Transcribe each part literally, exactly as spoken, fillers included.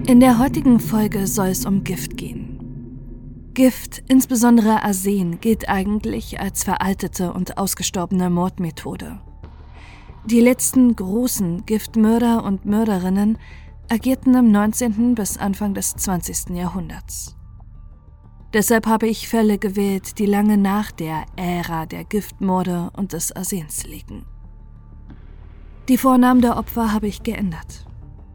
In der heutigen Folge soll es um Gift gehen. Gift, insbesondere Arsen, gilt eigentlich als veraltete und ausgestorbene Mordmethode. Die letzten großen Giftmörder und Mörderinnen agierten im neunzehnten bis Anfang des zwanzigsten Jahrhunderts. Deshalb habe ich Fälle gewählt, die lange nach der Ära der Giftmorde und des Arsens liegen. Die Vornamen der Opfer habe ich geändert.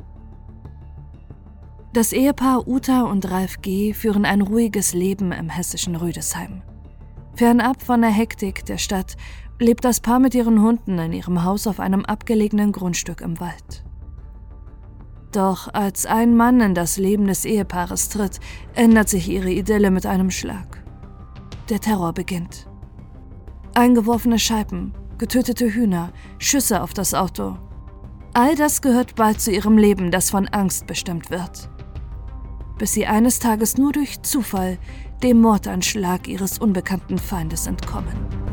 Das Ehepaar Uta und Ralf G. führen ein ruhiges Leben im hessischen Rüdesheim. Fernab von der Hektik der Stadt lebt das Paar mit ihren Hunden in ihrem Haus auf einem abgelegenen Grundstück im Wald. Doch als ein Mann in das Leben des Ehepaares tritt, ändert sich ihre Idylle mit einem Schlag. Der Terror beginnt. Eingeworfene Scheiben, getötete Hühner, Schüsse auf das Auto. All das gehört bald zu ihrem Leben, das von Angst bestimmt wird. Bis sie eines Tages nur durch Zufall dem Mordanschlag ihres unbekannten Feindes entkommen.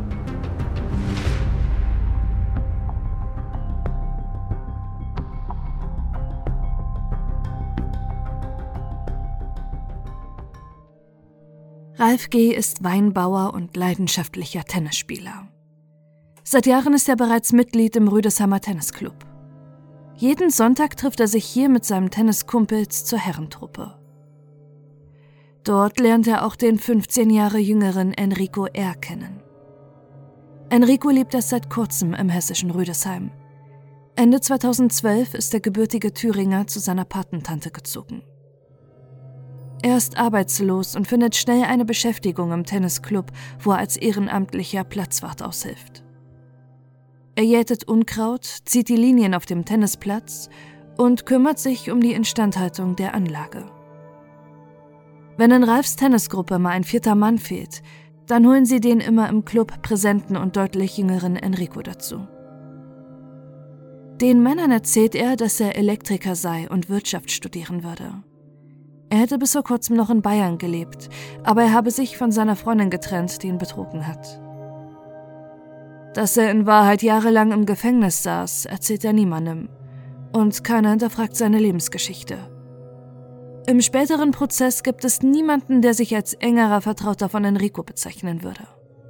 Ralf G. ist Weinbauer und leidenschaftlicher Tennisspieler. Seit Jahren ist er bereits Mitglied im Rüdesheimer Tennisclub. Jeden Sonntag trifft er sich hier mit seinen Tenniskumpels zur Herrentruppe. Dort lernt er auch den fünfzehn Jahre jüngeren Enrico R. kennen. Enrico lebt erst seit kurzem im hessischen Rüdesheim. Ende zweitausendzwölf ist der gebürtige Thüringer zu seiner Patentante gezogen. Er ist arbeitslos und findet schnell eine Beschäftigung im Tennisclub, wo er als ehrenamtlicher Platzwart aushilft. Er jätet Unkraut, zieht die Linien auf dem Tennisplatz und kümmert sich um die Instandhaltung der Anlage. Wenn in Ralfs Tennisgruppe mal ein vierter Mann fehlt, dann holen sie den immer im Club präsenten und deutlich jüngeren Enrico dazu. Den Männern erzählt er, dass er Elektriker sei und Wirtschaft studieren würde. Er hätte bis vor kurzem noch in Bayern gelebt, aber er habe sich von seiner Freundin getrennt, die ihn betrogen hat. Dass er in Wahrheit jahrelang im Gefängnis saß, erzählt er niemandem. Und keiner hinterfragt seine Lebensgeschichte. Im späteren Prozess gibt es niemanden, der sich als engerer Vertrauter von Enrico bezeichnen würde.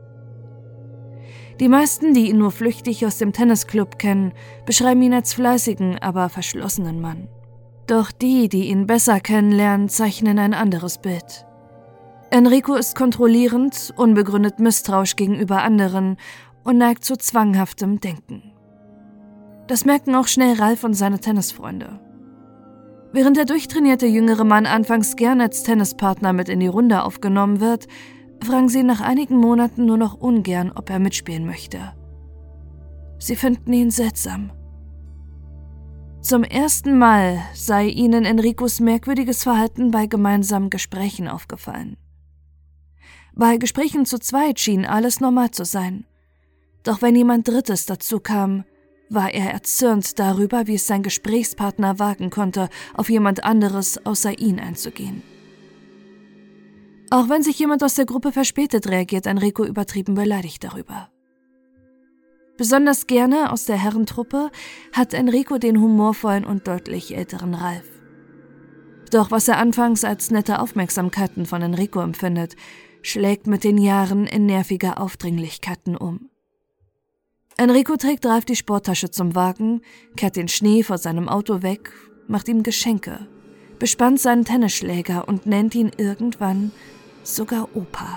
Die meisten, die ihn nur flüchtig aus dem Tennisclub kennen, beschreiben ihn als fleißigen, aber verschlossenen Mann. Doch die, die ihn besser kennenlernen, zeichnen ein anderes Bild. Enrico ist kontrollierend, unbegründet misstrauisch gegenüber anderen und neigt zu zwanghaftem Denken. Das merken auch schnell Ralf und seine Tennisfreunde. Während der durchtrainierte jüngere Mann anfangs gern als Tennispartner mit in die Runde aufgenommen wird, fragen sie nach einigen Monaten nur noch ungern, ob er mitspielen möchte. Sie finden ihn seltsam. Zum ersten Mal sei ihnen Enricos merkwürdiges Verhalten bei gemeinsamen Gesprächen aufgefallen. Bei Gesprächen zu zweit schien alles normal zu sein. Doch wenn jemand Drittes dazu kam, war er erzürnt darüber, wie es sein Gesprächspartner wagen konnte, auf jemand anderes außer ihn einzugehen. Auch wenn sich jemand aus der Gruppe verspätet, reagiert Enrico übertrieben beleidigt darüber. Besonders gerne aus der Herrentruppe hat Enrico den humorvollen und deutlich älteren Ralf. Doch was er anfangs als nette Aufmerksamkeiten von Enrico empfindet, schlägt mit den Jahren in nervige Aufdringlichkeiten um. Enrico trägt Ralf die Sporttasche zum Wagen, kehrt den Schnee vor seinem Auto weg, macht ihm Geschenke, bespannt seinen Tennisschläger und nennt ihn irgendwann sogar Opa.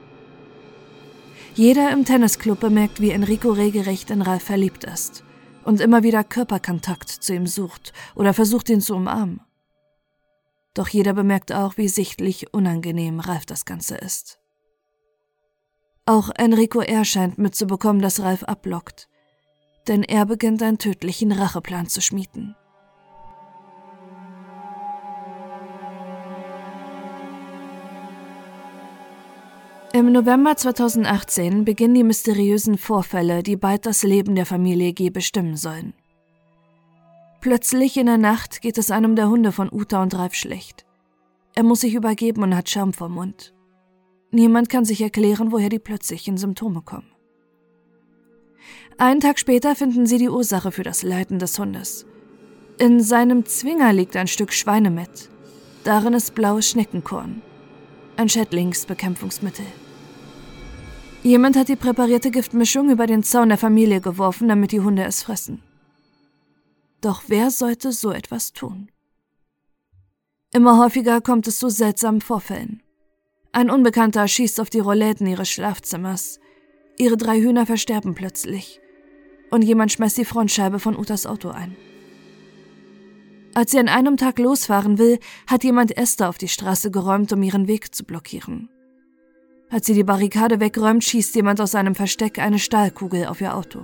Jeder im Tennisclub bemerkt, wie Enrico regelrecht in Ralf verliebt ist und immer wieder Körperkontakt zu ihm sucht oder versucht, ihn zu umarmen. Doch jeder bemerkt auch, wie sichtlich unangenehm Ralf das Ganze ist. Auch Enrico R. scheint mitzubekommen, dass Ralf abblockt, denn er beginnt einen tödlichen Racheplan zu schmieden. Im November zweitausendachtzehn beginnen die mysteriösen Vorfälle, die bald das Leben der Familie G. bestimmen sollen. Plötzlich in der Nacht geht es einem der Hunde von Uta und Ralf schlecht. Er muss sich übergeben und hat Schaum vom Mund. Niemand kann sich erklären, woher die plötzlichen Symptome kommen. Einen Tag später finden sie die Ursache für das Leiden des Hundes. In seinem Zwinger liegt ein Stück Schweinemett. Darin ist blaues Schneckenkorn. Ein Schädlingsbekämpfungsmittel. Jemand hat die präparierte Giftmischung über den Zaun der Familie geworfen, damit die Hunde es fressen. Doch wer sollte so etwas tun? Immer häufiger kommt es zu seltsamen Vorfällen. Ein Unbekannter schießt auf die Rollläden ihres Schlafzimmers. Ihre drei Hühner versterben plötzlich. Und jemand schmeißt die Frontscheibe von Utas Auto ein. Als sie an einem Tag losfahren will, hat jemand Esther auf die Straße geräumt, um ihren Weg zu blockieren. Als sie die Barrikade wegräumt, schießt jemand aus seinem Versteck eine Stahlkugel auf ihr Auto.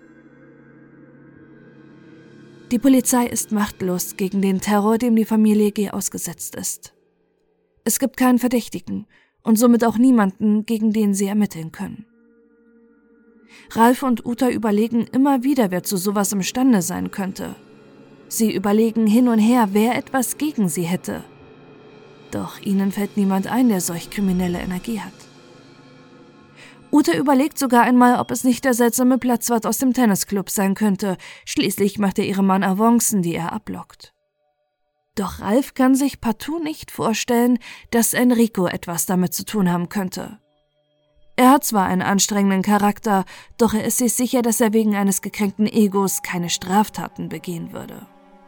Die Polizei ist machtlos gegen den Terror, dem die Familie G. ausgesetzt ist. Es gibt keinen Verdächtigen und somit auch niemanden, gegen den sie ermitteln können. Ralf und Uta überlegen immer wieder, wer zu sowas imstande sein könnte. Sie überlegen hin und her, wer etwas gegen sie hätte. Doch ihnen fällt niemand ein, der solch kriminelle Energie hat. Uta überlegt sogar einmal, ob es nicht der seltsame Platzwart aus dem Tennisclub sein könnte. Schließlich macht er ihrem Mann Avancen, die er ablockt. Doch Ralf kann sich partout nicht vorstellen, dass Enrico etwas damit zu tun haben könnte. Er hat zwar einen anstrengenden Charakter, doch er ist sich sicher, dass er wegen eines gekränkten Egos keine Straftaten begehen würde.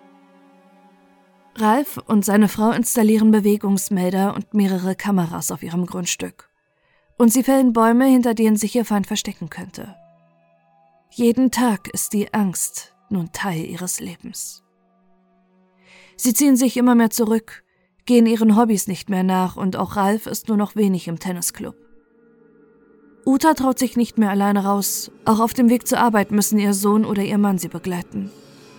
Ralf und seine Frau installieren Bewegungsmelder und mehrere Kameras auf ihrem Grundstück. Und sie fällen Bäume, hinter denen sich ihr Feind verstecken könnte. Jeden Tag ist die Angst nun Teil ihres Lebens. Sie ziehen sich immer mehr zurück, gehen ihren Hobbys nicht mehr nach und auch Ralf ist nur noch wenig im Tennisclub. Uta traut sich nicht mehr alleine raus, auch auf dem Weg zur Arbeit müssen ihr Sohn oder ihr Mann sie begleiten.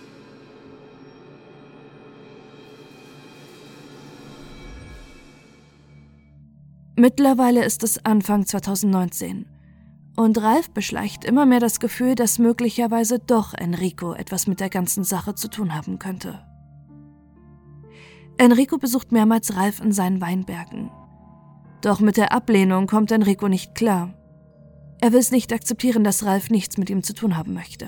Mittlerweile ist es Anfang zweitausendneunzehn und Ralf beschleicht immer mehr das Gefühl, dass möglicherweise doch Enrico etwas mit der ganzen Sache zu tun haben könnte. Enrico besucht mehrmals Ralf in seinen Weinbergen. Doch mit der Ablehnung kommt Enrico nicht klar. Er will es nicht akzeptieren, dass Ralf nichts mit ihm zu tun haben möchte.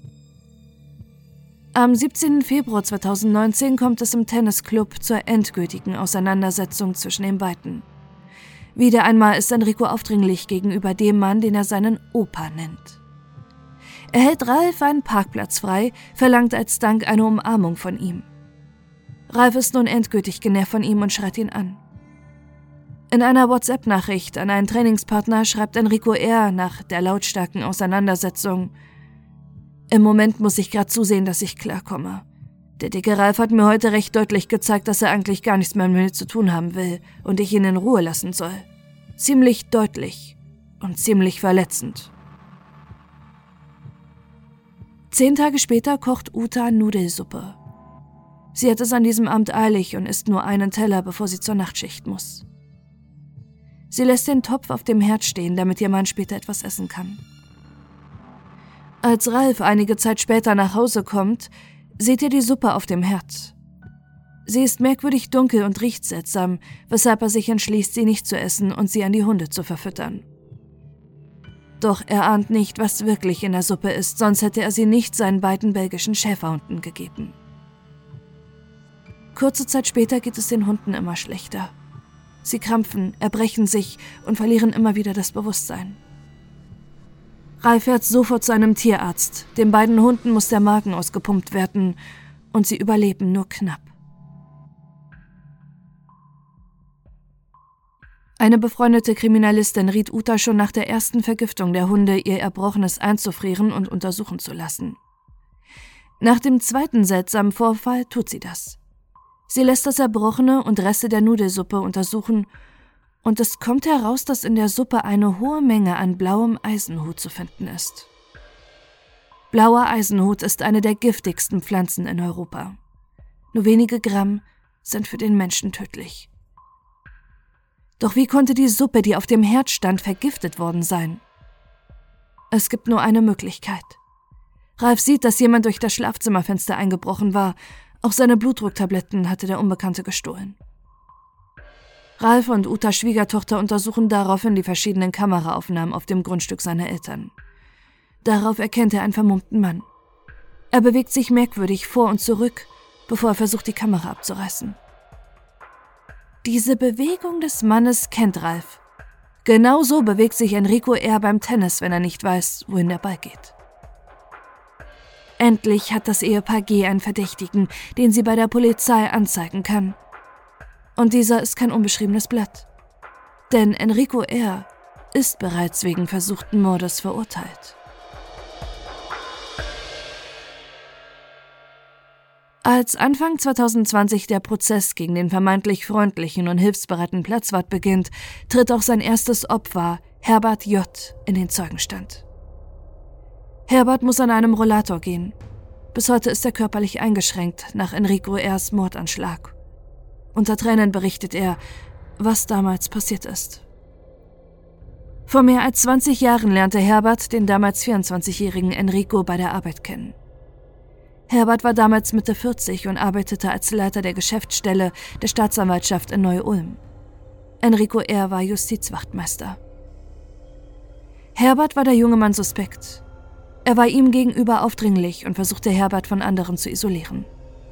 Am siebzehnten Februar zweitausendneunzehn kommt es im Tennisclub zur endgültigen Auseinandersetzung zwischen den beiden. Wieder einmal ist Enrico aufdringlich gegenüber dem Mann, den er seinen Opa nennt. Er hält Ralf einen Parkplatz frei, verlangt als Dank eine Umarmung von ihm. Ralf ist nun endgültig genervt von ihm und schreit ihn an. In einer WhatsApp-Nachricht an einen Trainingspartner schreibt Enrico R. nach der lautstarken Auseinandersetzung: Im Moment muss ich gerade zusehen, dass ich klarkomme. Der dicke Ralf hat mir heute recht deutlich gezeigt, dass er eigentlich gar nichts mehr mit mir zu tun haben will und ich ihn in Ruhe lassen soll. Ziemlich deutlich und ziemlich verletzend. Zehn Tage später kocht Uta Nudelsuppe. Sie hat es an diesem Abend eilig und isst nur einen Teller, bevor sie zur Nachtschicht muss. Sie lässt den Topf auf dem Herd stehen, damit ihr Mann später etwas essen kann. Als Ralf einige Zeit später nach Hause kommt, seht ihr die Suppe auf dem Herd. Sie ist merkwürdig dunkel und riecht seltsam, weshalb er sich entschließt, sie nicht zu essen und sie an die Hunde zu verfüttern. Doch er ahnt nicht, was wirklich in der Suppe ist, sonst hätte er sie nicht seinen beiden belgischen Schäferhunden gegeben. Kurze Zeit später geht es den Hunden immer schlechter. Sie krampfen, erbrechen sich und verlieren immer wieder das Bewusstsein. Ralf fährt sofort zu einem Tierarzt. Den beiden Hunden muss der Magen ausgepumpt werden und sie überleben nur knapp. Eine befreundete Kriminalistin riet Uta schon nach der ersten Vergiftung der Hunde, ihr Erbrochenes einzufrieren und untersuchen zu lassen. Nach dem zweiten seltsamen Vorfall tut sie das. Sie lässt das Erbrochene und Reste der Nudelsuppe untersuchen und es kommt heraus, dass in der Suppe eine hohe Menge an blauem Eisenhut zu finden ist. Blauer Eisenhut ist eine der giftigsten Pflanzen in Europa. Nur wenige Gramm sind für den Menschen tödlich. Doch wie konnte die Suppe, die auf dem Herd stand, vergiftet worden sein? Es gibt nur eine Möglichkeit. Ralf sieht, dass jemand durch das Schlafzimmerfenster eingebrochen war. Auch seine Blutdrucktabletten hatte der Unbekannte gestohlen. Ralf und Utas Schwiegertochter untersuchen daraufhin die verschiedenen Kameraaufnahmen auf dem Grundstück seiner Eltern. Darauf erkennt er einen vermummten Mann. Er bewegt sich merkwürdig vor und zurück bevor er versucht, die Kamera abzureißen. Diese Bewegung des Mannes kennt Ralph. Genau so bewegt sich Enrico R. beim Tennis, wenn er nicht weiß, wohin der Ball geht. Endlich hat das Ehepaar G. einen Verdächtigen, den sie bei der Polizei anzeigen kann. Und dieser ist kein unbeschriebenes Blatt. Denn Enrico R. ist bereits wegen versuchten Mordes verurteilt. Als Anfang zweitausendzwanzig der Prozess gegen den vermeintlich freundlichen und hilfsbereiten Platzwart beginnt, tritt auch sein erstes Opfer, Herbert J., in den Zeugenstand. Herbert muss an einem Rollator gehen. Bis heute ist er körperlich eingeschränkt nach Enrico R.'s Mordanschlag. Unter Tränen berichtet er, was damals passiert ist. Vor mehr als zwanzig Jahren lernte Herbert den damals vierundzwanzigjährigen Enrico bei der Arbeit kennen. Herbert war damals Mitte vierzig und arbeitete als Leiter der Geschäftsstelle der Staatsanwaltschaft in Neu-Ulm. Enrico R. war Justizwachtmeister. Herbert war der junge Mann suspekt. Er war ihm gegenüber aufdringlich und versuchte Herbert von anderen zu isolieren.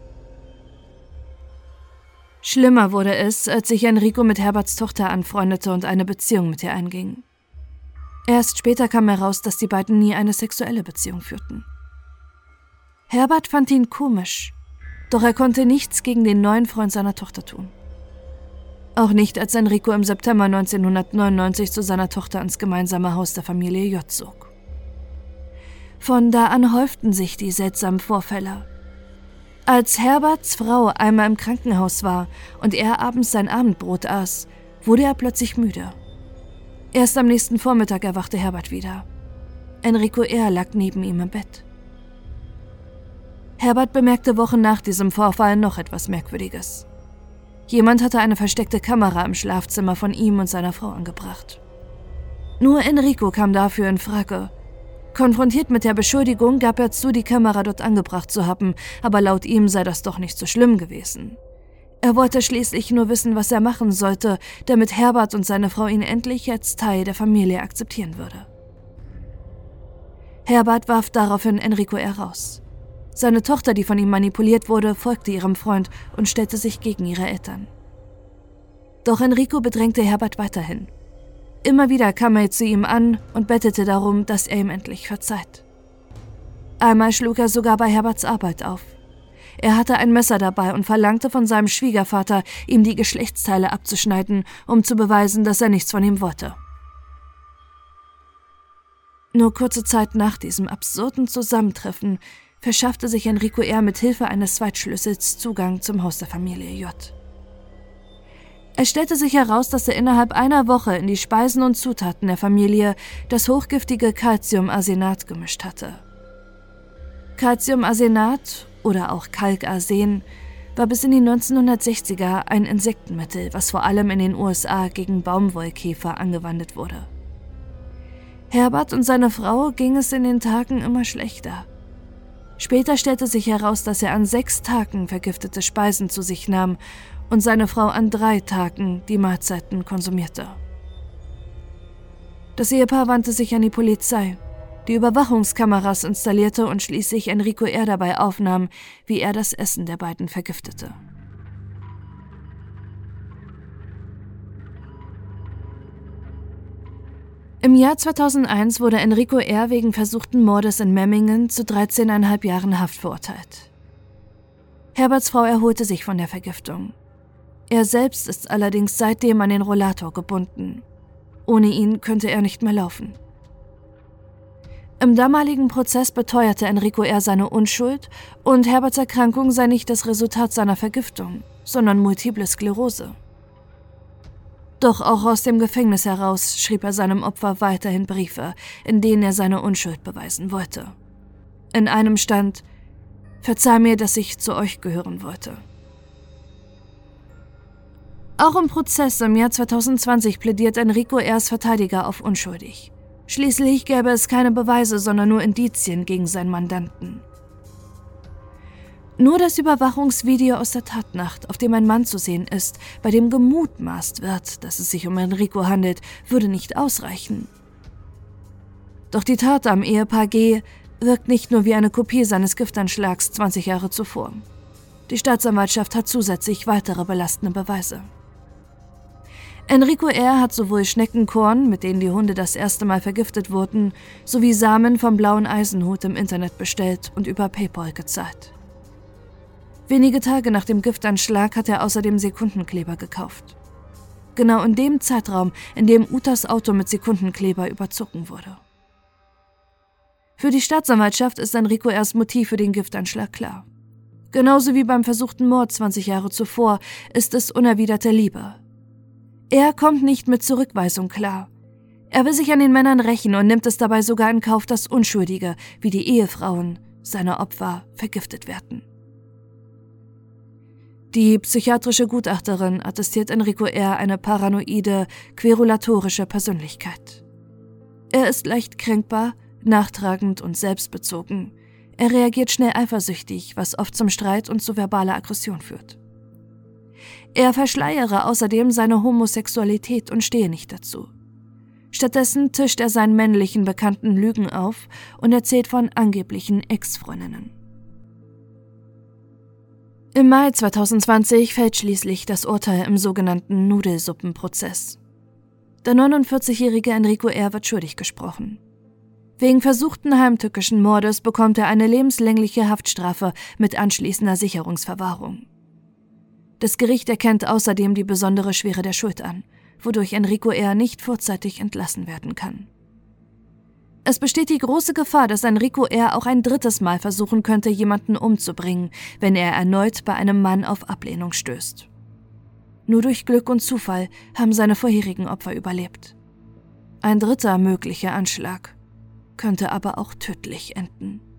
Schlimmer wurde es, als sich Enrico mit Herberts Tochter anfreundete und eine Beziehung mit ihr einging. Erst später kam heraus, dass die beiden nie eine sexuelle Beziehung führten. Herbert fand ihn komisch, doch er konnte nichts gegen den neuen Freund seiner Tochter tun. Auch nicht, als Enrico im September neunzehnhundertneunundneunzig zu seiner Tochter ans gemeinsame Haus der Familie J. zog. Von da an häuften sich die seltsamen Vorfälle. Als Herberts Frau einmal im Krankenhaus war und er abends sein Abendbrot aß, wurde er plötzlich müde. Erst am nächsten Vormittag erwachte Herbert wieder. Enrico R. lag neben ihm im Bett. Herbert bemerkte Wochen nach diesem Vorfall noch etwas Merkwürdiges. Jemand hatte eine versteckte Kamera im Schlafzimmer von ihm und seiner Frau angebracht. Nur Enrico kam dafür in Frage. Konfrontiert mit der Beschuldigung gab er zu, die Kamera dort angebracht zu haben, aber laut ihm sei das doch nicht so schlimm gewesen. Er wollte schließlich nur wissen, was er machen sollte, damit Herbert und seine Frau ihn endlich als Teil der Familie akzeptieren würde. Herbert warf daraufhin Enrico R. raus. Seine Tochter, die von ihm manipuliert wurde, folgte ihrem Freund und stellte sich gegen ihre Eltern. Doch Enrico bedrängte Herbert weiterhin. Immer wieder kam er zu ihm an und bettete darum, dass er ihm endlich verzeiht. Einmal schlug er sogar bei Herberts Arbeit auf. Er hatte ein Messer dabei und verlangte von seinem Schwiegervater, ihm die Geschlechtsteile abzuschneiden, um zu beweisen, dass er nichts von ihm wollte. Nur kurze Zeit nach diesem absurden Zusammentreffen verschaffte sich Enrico R. mit Hilfe eines Zweitschlüssels Zugang zum Haus der Familie J. Es stellte sich heraus, dass er innerhalb einer Woche in die Speisen und Zutaten der Familie das hochgiftige Calciumarsenat gemischt hatte. Calciumarsenat oder auch Kalkarsen war bis in die neunzehnhundertsechziger ein Insektenmittel, was vor allem in den U S A gegen Baumwollkäfer angewandt wurde. Herbert und seine Frau ging es in den Tagen immer schlechter. Später stellte sich heraus, dass er an sechs Tagen vergiftete Speisen zu sich nahm und seine Frau an drei Tagen die Mahlzeiten konsumierte. Das Ehepaar wandte sich an die Polizei, die Überwachungskameras installierte und schließlich Enrico R. dabei aufnahm, wie er das Essen der beiden vergiftete. Im Jahr zweitausendeins wurde Enrico R. wegen versuchten Mordes in Memmingen zu dreizehneinhalb Jahren Haft verurteilt. Herberts Frau erholte sich von der Vergiftung. Er selbst ist allerdings seitdem an den Rollator gebunden. Ohne ihn könnte er nicht mehr laufen. Im damaligen Prozess beteuerte Enrico R. seine Unschuld und Herberts Erkrankung sei nicht das Resultat seiner Vergiftung, sondern Multiple Sklerose. Doch auch aus dem Gefängnis heraus schrieb er seinem Opfer weiterhin Briefe, in denen er seine Unschuld beweisen wollte. In einem stand: „Verzeih mir, dass ich zu euch gehören wollte." Auch im Prozess im Jahr zweitausendzwanzig plädiert Enrico R.'s Verteidiger auf unschuldig. Schließlich gäbe es keine Beweise, sondern nur Indizien gegen seinen Mandanten. Nur das Überwachungsvideo aus der Tatnacht, auf dem ein Mann zu sehen ist, bei dem gemutmaßt wird, dass es sich um Enrico handelt, würde nicht ausreichen. Doch die Tat am Ehepaar G. wirkt nicht nur wie eine Kopie seines Giftanschlags zwanzig Jahre zuvor. Die Staatsanwaltschaft hat zusätzlich weitere belastende Beweise. Enrico R. hat sowohl Schneckenkorn, mit denen die Hunde das erste Mal vergiftet wurden, sowie Samen vom blauen Eisenhut im Internet bestellt und über PayPal gezahlt. Wenige Tage nach dem Giftanschlag hat er außerdem Sekundenkleber gekauft. Genau in dem Zeitraum, in dem Utas Auto mit Sekundenkleber überzogen wurde. Für die Staatsanwaltschaft ist Enrico R.'s Motiv für den Giftanschlag klar. Genauso wie beim versuchten Mord zwanzig Jahre zuvor ist es unerwiderte Liebe. Er kommt nicht mit Zurückweisung klar. Er will sich an den Männern rächen und nimmt es dabei sogar in Kauf, dass Unschuldige, wie die Ehefrauen seiner Opfer, vergiftet werden. Die psychiatrische Gutachterin attestiert Enrico R. eine paranoide, querulatorische Persönlichkeit. Er ist leicht kränkbar, nachtragend und selbstbezogen. Er reagiert schnell eifersüchtig, was oft zum Streit und zu verbaler Aggression führt. Er verschleiere außerdem seine Homosexualität und stehe nicht dazu. Stattdessen tischt er seinen männlichen Bekannten Lügen auf und erzählt von angeblichen Ex-Freundinnen. Im Mai zweitausendzwanzig fällt schließlich das Urteil im sogenannten Nudelsuppenprozess. Der neunundvierzigjährige Enrico R. wird schuldig gesprochen. Wegen versuchten heimtückischen Mordes bekommt er eine lebenslängliche Haftstrafe mit anschließender Sicherungsverwahrung. Das Gericht erkennt außerdem die besondere Schwere der Schuld an, wodurch Enrico R. nicht vorzeitig entlassen werden kann. Es besteht die große Gefahr, dass Enrico R. auch ein drittes Mal versuchen könnte, jemanden umzubringen, wenn er erneut bei einem Mann auf Ablehnung stößt. Nur durch Glück und Zufall haben seine vorherigen Opfer überlebt. Ein dritter möglicher Anschlag könnte aber auch tödlich enden.